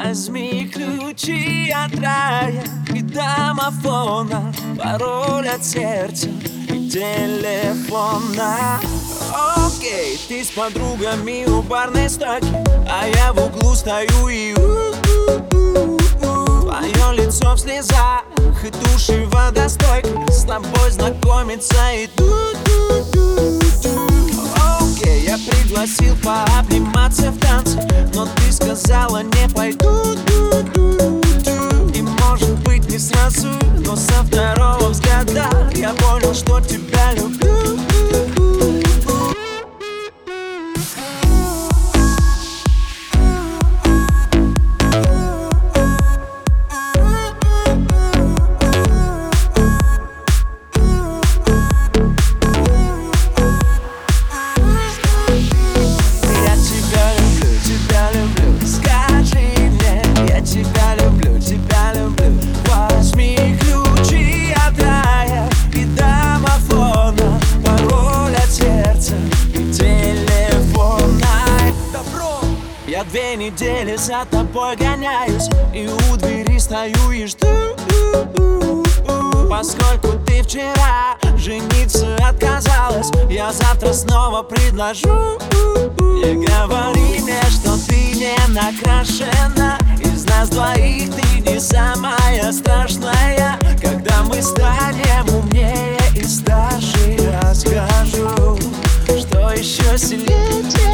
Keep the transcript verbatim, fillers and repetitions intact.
Возьми ключи от рая и домофона, пароль от сердца и телефона. Окей, ты с подругами у барной стойки, а я в углу стою и у-у-у-у. Твое лицо в слезах и души водостойкой, с тобой знакомиться и ту-ту-ту-ту. Окей, я пригласил пообниматься в танце, но ты сказала не пойду. И может быть не сразу, но со второго взгляда я понял, что тебя люблю. Я две недели за тобой гоняюсь, и у двери стою и жду. Поскольку ты вчера жениться отказалась, я завтра снова предложу. Не говори мне, что ты не накрашена, из нас двоих ты не самая страшная. Когда мы станем умнее и старше, я скажу, что еще сильнее.